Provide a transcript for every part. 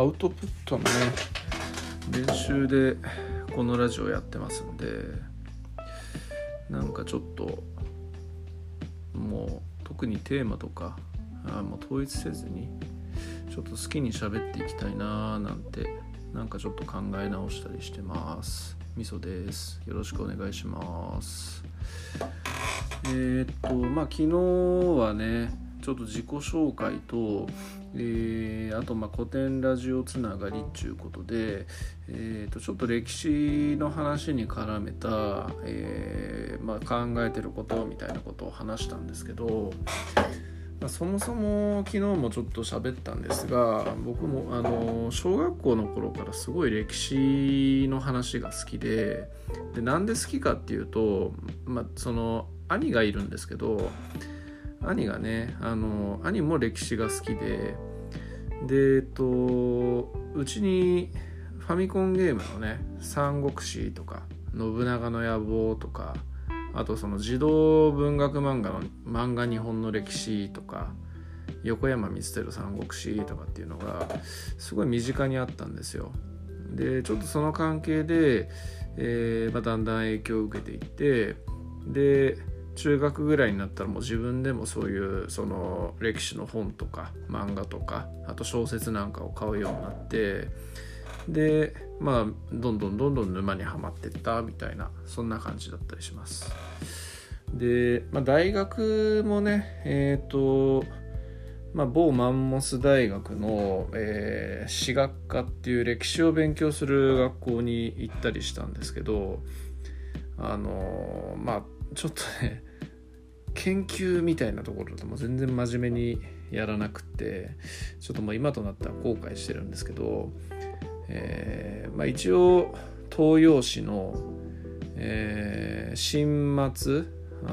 アウトプットのね練習でこのラジオやってますんで、なんかちょっともう特にテーマとかもう統一せずにちょっと好きに喋っていきたいななんてなんかちょっと考え直したりしてます。みそです。よろしくお願いします。昨日はねちょっと自己紹介と、あと古典ラジオつながりっていうことで、ちょっと歴史の話に絡めた、考えてることみたいなことを話したんですけど、そもそも昨日もちょっと喋ったんですが、僕も小学校の頃からすごい歴史の話が好きで、なんで好きかっていうと、その兄がいるんですけど、兄がね兄も歴史が好きで、うちにファミコンゲームのね三国志とか信長の野望とか、あとその児童文学漫画日本の歴史とか横山光輝三国志とかっていうのがすごい身近にあったんですよ。でちょっとその関係で、だんだん影響を受けていって、で中学ぐらいになったらもう自分でもそういうその歴史の本とか漫画とかあと小説なんかを買うようになって、でどんどん沼にはまっていったみたいな、そんな感じだったりします。で、大学もね某マンモス大学の、史学科っていう歴史を勉強する学校に行ったりしたんですけど、ちょっとね研究みたいなところとも全然真面目にやらなくて、ちょっともう今となっては後悔してるんですけど、一応東洋史の、秦末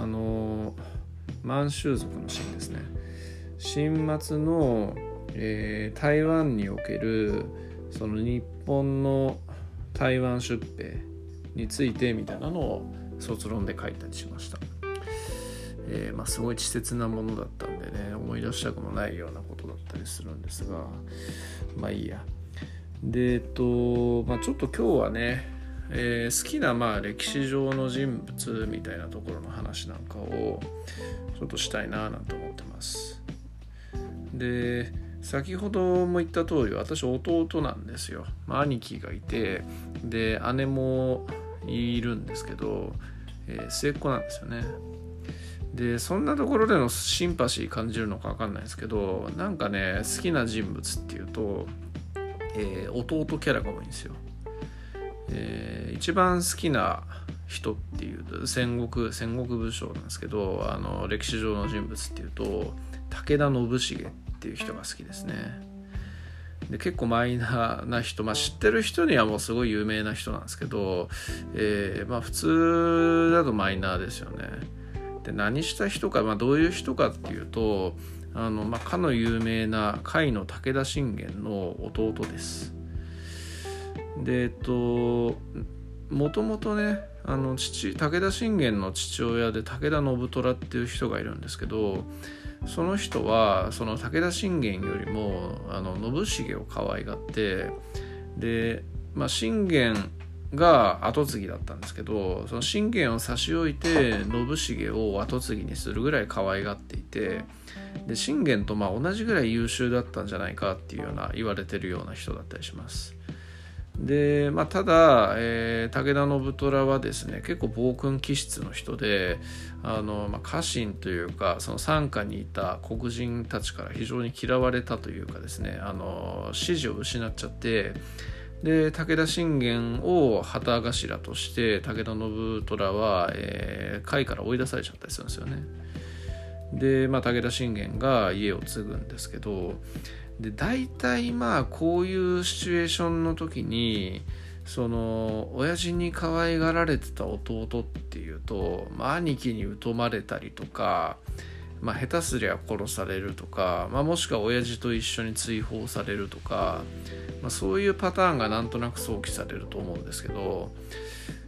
満州族の秦ですね、秦末の、台湾におけるその日本の台湾出兵についてみたいなのを卒論で書いたりしました。すごい稚拙なものだったんでね、思い出したくもないようなことだったりするんですが、いいや。でちょっと今日はね、好きな歴史上の人物みたいなところの話なんかをちょっとしたいななんて思ってます。で先ほども言った通り私弟なんですよ。兄貴がいて、で姉もいるんですけど、末っ子なんですよね。でそんなところでのシンパシー感じるのか分かんないですけど、なんかね好きな人物っていうと、弟キャラが多いんですよ。一番好きな人っていうと戦国武将なんですけど、歴史上の人物っていうと武田信繁っていう人が好きですね。で結構マイナーな人、知ってる人にはもうすごい有名な人なんですけど、普通だとマイナーですよね。で何した人か、どういう人かっていうとかの有名な甲斐の武田信玄の弟です。でもともとね武田信玄の父親で武田信虎っていう人がいるんですけど、その人はその武田信玄よりも信繁を可愛がって、で信玄が後継ぎだったんですけど、その信玄を差し置いて信繁を後継ぎにするぐらい可愛がっていて、で信玄と同じぐらい優秀だったんじゃないかっていうような言われてるような人だったりします。でただ、武田信虎はですね結構暴君気質の人で、家臣というかその傘下にいた黒人たちから非常に嫌われたというかですね、支持を失っちゃって、で武田信玄を旗頭として武田信虎は、甲斐から追い出されちゃったりするんですよね。で、武田信玄が家を継ぐんですけど、で大体こういうシチュエーションの時にその親父に可愛がられてた弟っていうと、兄貴に疎まれたりとか、下手すりゃ殺されるとか、もしくは親父と一緒に追放されるとか、そういうパターンがなんとなく想起されると思うんですけど、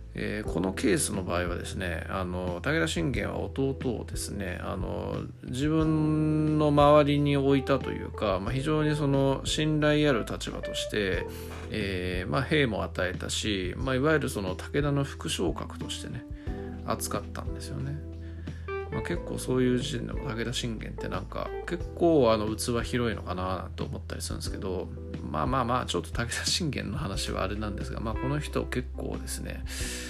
このケースの場合はですね、武田信玄は弟をですね、自分の周りに置いたというか、非常にその信頼ある立場として、兵も与えたし、いわゆるその武田の副将格としてね扱ったんですよね。結構そういう時点でも武田信玄ってなんか結構器広いのかなと思ったりするんですけど、ちょっと武田信玄の話はあれなんですが、この人結構ですね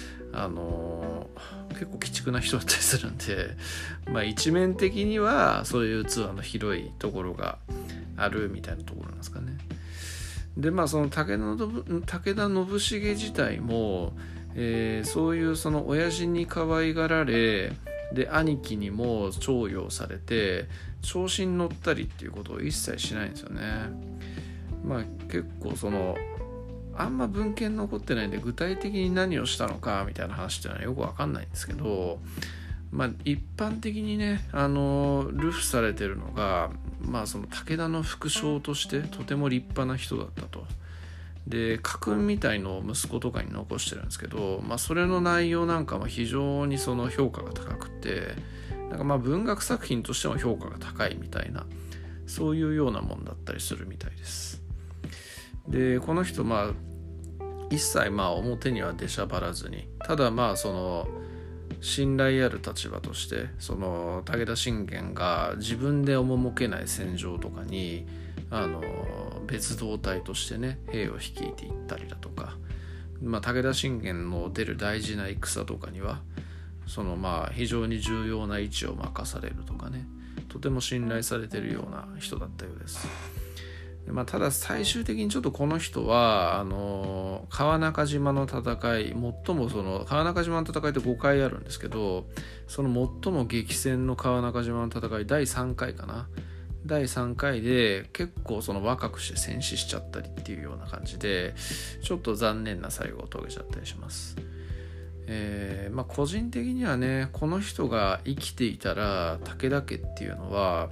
結構鬼畜な人だったりするんで、一面的にはそういう器の広いところがあるみたいなところなんですかね。でその武田信繁自体も、そういうその親父に可愛がられで兄貴にも重用されて調子に乗ったりっていうことを一切しないんですよね。結構そのあんま文献残ってないんで具体的に何をしたのかみたいな話っていうのはよく分かんないんですけど、一般的にね流布されてるのが、その武田の副将としてとても立派な人だったと。で家訓みたいのを息子とかに残してるんですけど、それの内容なんかも非常にその評価が高くて、なんか文学作品としても評価が高いみたいな、そういうようなもんだったりするみたいです。でこの人一切表には出しゃばらずに、ただその信頼ある立場としてその武田信玄が自分で赴けない戦場とかに別動隊としてね兵を率いていったりだとか、武田信玄の出る大事な戦とかにはその非常に重要な位置を任されるとかね、とても信頼されているような人だったようです。でただ最終的にちょっとこの人は川中島の戦い、最もその川中島の戦いって5回あるんですけど、その最も激戦の川中島の戦い第3回かな、第3回で結構その若くして戦死しちゃったりっていうような感じで、ちょっと残念な最後を遂げちゃったりします。個人的にはね、この人が生きていたら武田家っていうのは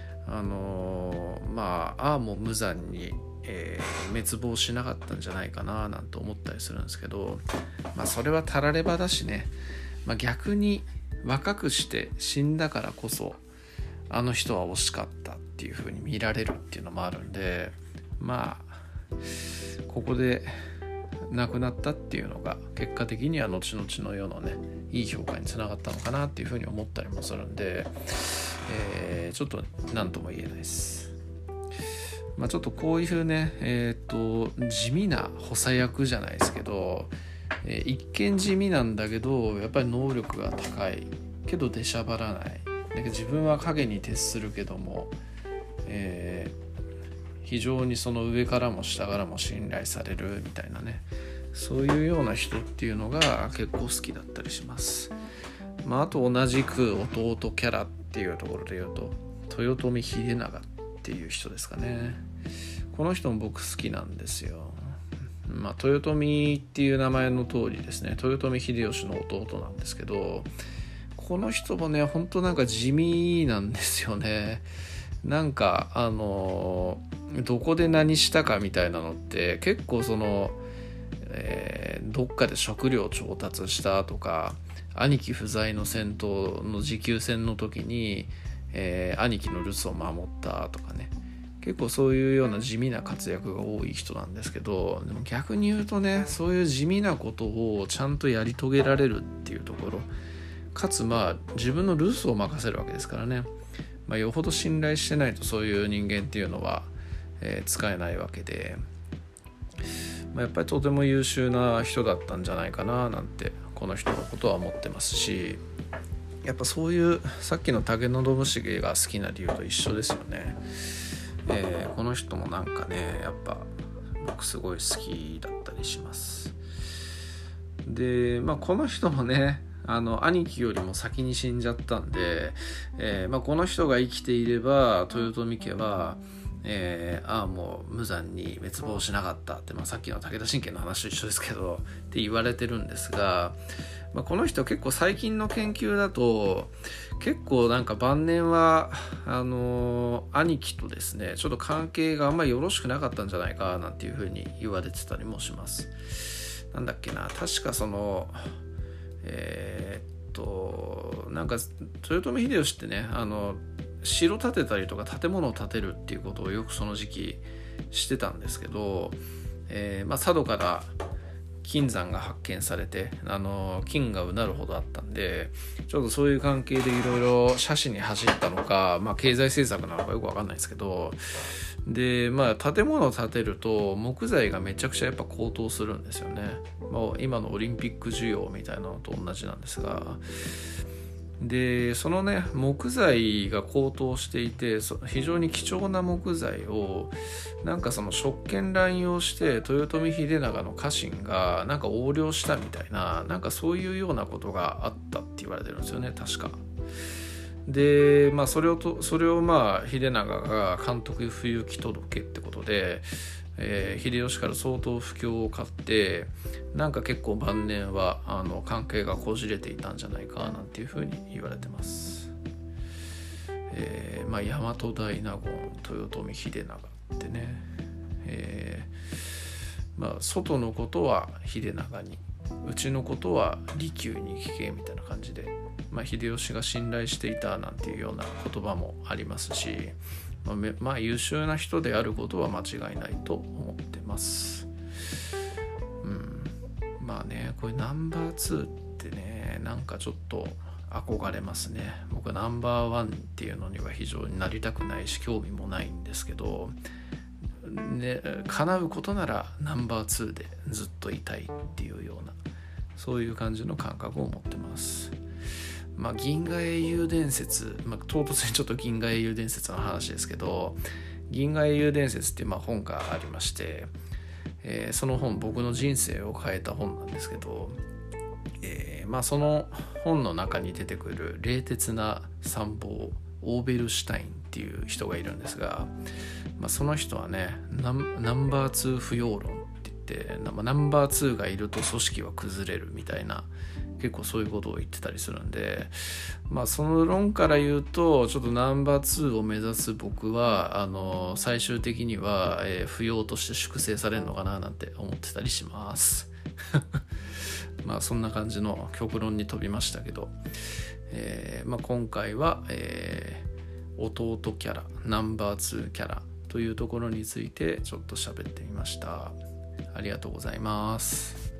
もう無残に、滅亡しなかったんじゃないかななんて思ったりするんですけど、それはたらればだしね、逆に若くして死んだからこそあの人は惜しかったっていう風に見られるっていうのもあるんで、ここで亡くなったっていうのが結果的には後々の世のねいい評価につながったのかなっていう風に思ったりもするんで、ちょっと何とも言えないです。ちょっとこういうね地味な補佐役じゃないですけど、一見地味なんだけどやっぱり能力が高いけど出しゃばらない、自分は影に徹するけども、非常にその上からも下からも信頼されるみたいなね、そういうような人っていうのが結構好きだったりします。あと同じく弟キャラっていうところで言うと豊臣秀長っていう人ですかね。この人も僕好きなんですよ。豊臣っていう名前の通りですね、豊臣秀吉の弟なんですけど、この人もね本当なんか地味なんですよね。なんかどこで何したかみたいなのって結構その、どっかで食料調達したとか、兄貴不在の戦闘の持久戦の時に、兄貴の留守を守ったとかね、結構そういうような地味な活躍が多い人なんですけど、でも逆に言うとね、そういう地味なことをちゃんとやり遂げられるっていうところ、かつ自分の留守を任せるわけですからね、よほど信頼してないとそういう人間っていうのは、使えないわけで、やっぱりとても優秀な人だったんじゃないかななんてこの人のことは思ってますし、やっぱそういうさっきの武田信繁が好きな理由と一緒ですよね。この人もなんかねやっぱ僕すごい好きだったりします。でこの人もね兄貴よりも先に死んじゃったんで、この人が生きていれば豊臣家は、もう無残に滅亡しなかったって、さっきの武田信玄の話と一緒ですけどって言われてるんですが、この人結構最近の研究だと結構なんか晩年は兄貴とですねちょっと関係があんまりよろしくなかったんじゃないかなんていう風に言われてたりもします。なんだっけな、確かそのなんか豊臣秀吉ってね城建てたりとか建物を建てるっていうことをよくその時期してたんですけど、佐渡から金山が発見されて金がうなるほどあったんで、ちょっとそういう関係でいろいろ社史に走ったのか、経済政策なのかよく分かんないですけど、で建物を建てると木材がめちゃくちゃやっぱ高騰するんですよね。今のオリンピック需要みたいなのと同じなんですが、でそのね木材が高騰していて非常に貴重な木材をなんかその職権乱用して豊臣秀長の家臣がなんか横領したみたいな、なんかそういうようなことがあったって言われてるんですよね、確か。でそれを秀長が監督不行き届けってことで、秀吉から相当不況を買ってなんか結構晩年は関係がこじれていたんじゃないかなんていうふうに言われてます。大和大納言豊臣秀長ってね、外のことは秀長に、うちのことは利休に聞けみたいな感じで、秀吉が信頼していたなんていうような言葉もありますし、優秀な人であることは間違いないと思ってます。これナンバー2ってね、なんかちょっと憧れますね。僕はナンバーワンっていうのには非常になりたくないし興味もないんですけど、叶うことならナンバー2でずっといたいっていうような、そういう感じの感覚を持ってます。銀河英雄伝説、唐突にちょっと銀河英雄伝説の話ですけど、銀河英雄伝説って本がありまして、その本僕の人生を変えた本なんですけど、その本の中に出てくる冷徹な参謀オーベルシュタインっていう人がいるんですが、その人はねナンバー2不要論って言ってナンバー2がいると組織は崩れるみたいな、結構そういうことを言ってたりするんで、その論から言うとちょっとナンバー2を目指す僕は最終的には、不要として粛清されるのかななんて思ってたりしますそんな感じの極論に飛びましたけど、今回は、弟キャラナンバー2キャラというところについてちょっと喋ってみました。ありがとうございます。